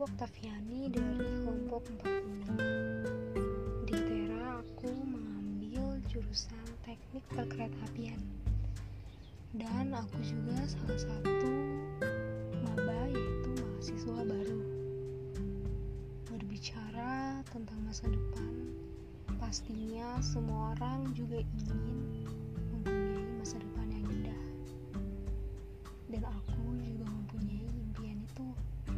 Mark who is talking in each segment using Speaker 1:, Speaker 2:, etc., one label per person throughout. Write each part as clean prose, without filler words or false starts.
Speaker 1: Oktaviani dari kelompok 45. Di Tera aku mengambil jurusan teknik perkeretaapian. Dan aku juga salah satu maba, yaitu mahasiswa baru. Berbicara tentang masa depan, pastinya semua orang juga ingin mempunyai masa depan yang indah. Dan aku juga mempunyai impian itu.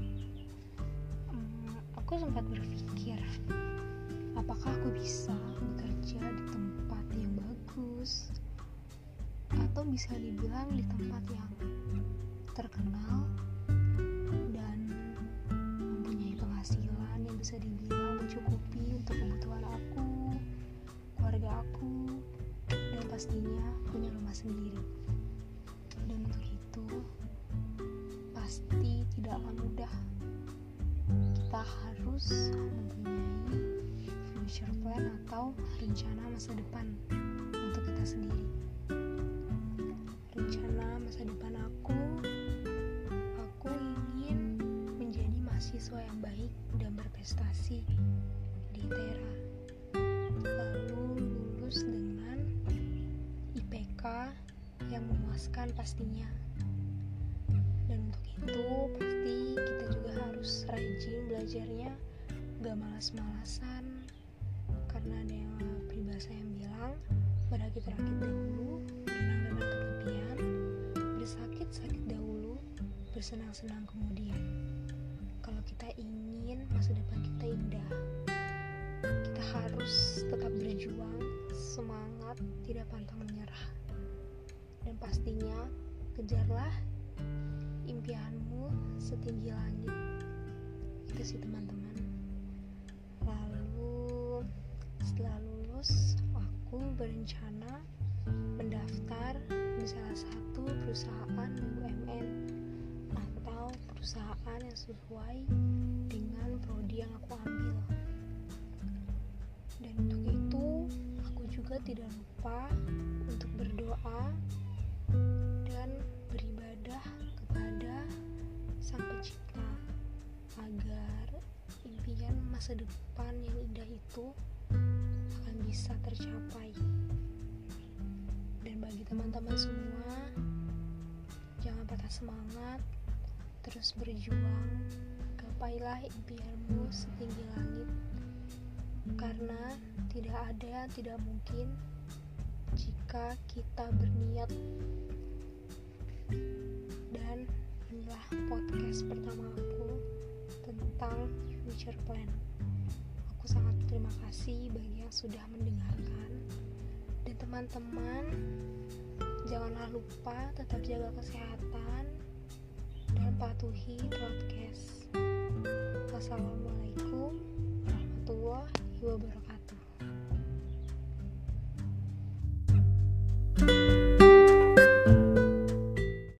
Speaker 1: Aku sempat berpikir, apakah aku bisa bekerja di tempat yang bagus, atau bisa dibilang di tempat yang terkenal dan mempunyai penghasilan yang bisa dibilang mencukupi untuk kebutuhan aku, keluarga aku, dan pastinya punya rumah sendiri. Dan untuk itu pasti tidaklah mudah. Kita harus mempunyai future plan atau rencana masa depan untuk kita sendiri. Rencana masa depan aku ingin menjadi mahasiswa yang baik dan berprestasi di Tera, lalu lulus dengan IPK yang memuaskan pastinya. Dan untuk itu pasti kita juga harus rajin belajarnya, gak malas-malasan, karena ada yang peribahasa yang bilang berakit-rakit dahulu, berenang-renang ketepian, bersakit-sakit dahulu, bersenang-senang kemudian. Kalau kita ingin masa depan kita indah, kita harus tetap berjuang, semangat, tidak pantang menyerah. Dan pastinya kejarlah impianmu setinggi langit. Itu sih teman-teman. Lalu setelah lulus, aku berencana mendaftar di salah satu perusahaan BUMN atau perusahaan yang sesuai dengan prodi yang aku ambil. Dan untuk itu aku juga tidak lupa untuk berdoa dan beribadah kepada Sang Pencipta agar impian masa depan yang indah itu akan bisa tercapai. Dan bagi teman-teman semua, jangan patah semangat, terus berjuang, gapailah impianmu setinggi langit, karena tidak ada yang tidak mungkin jika kita berniat. Dan inilah podcast pertama aku tentang future plan. Aku sangat berterima kasih bagi yang sudah mendengarkan. Dan teman-teman, janganlah lupa tetap jaga kesehatan dan patuhi podcast. Wassalamualaikum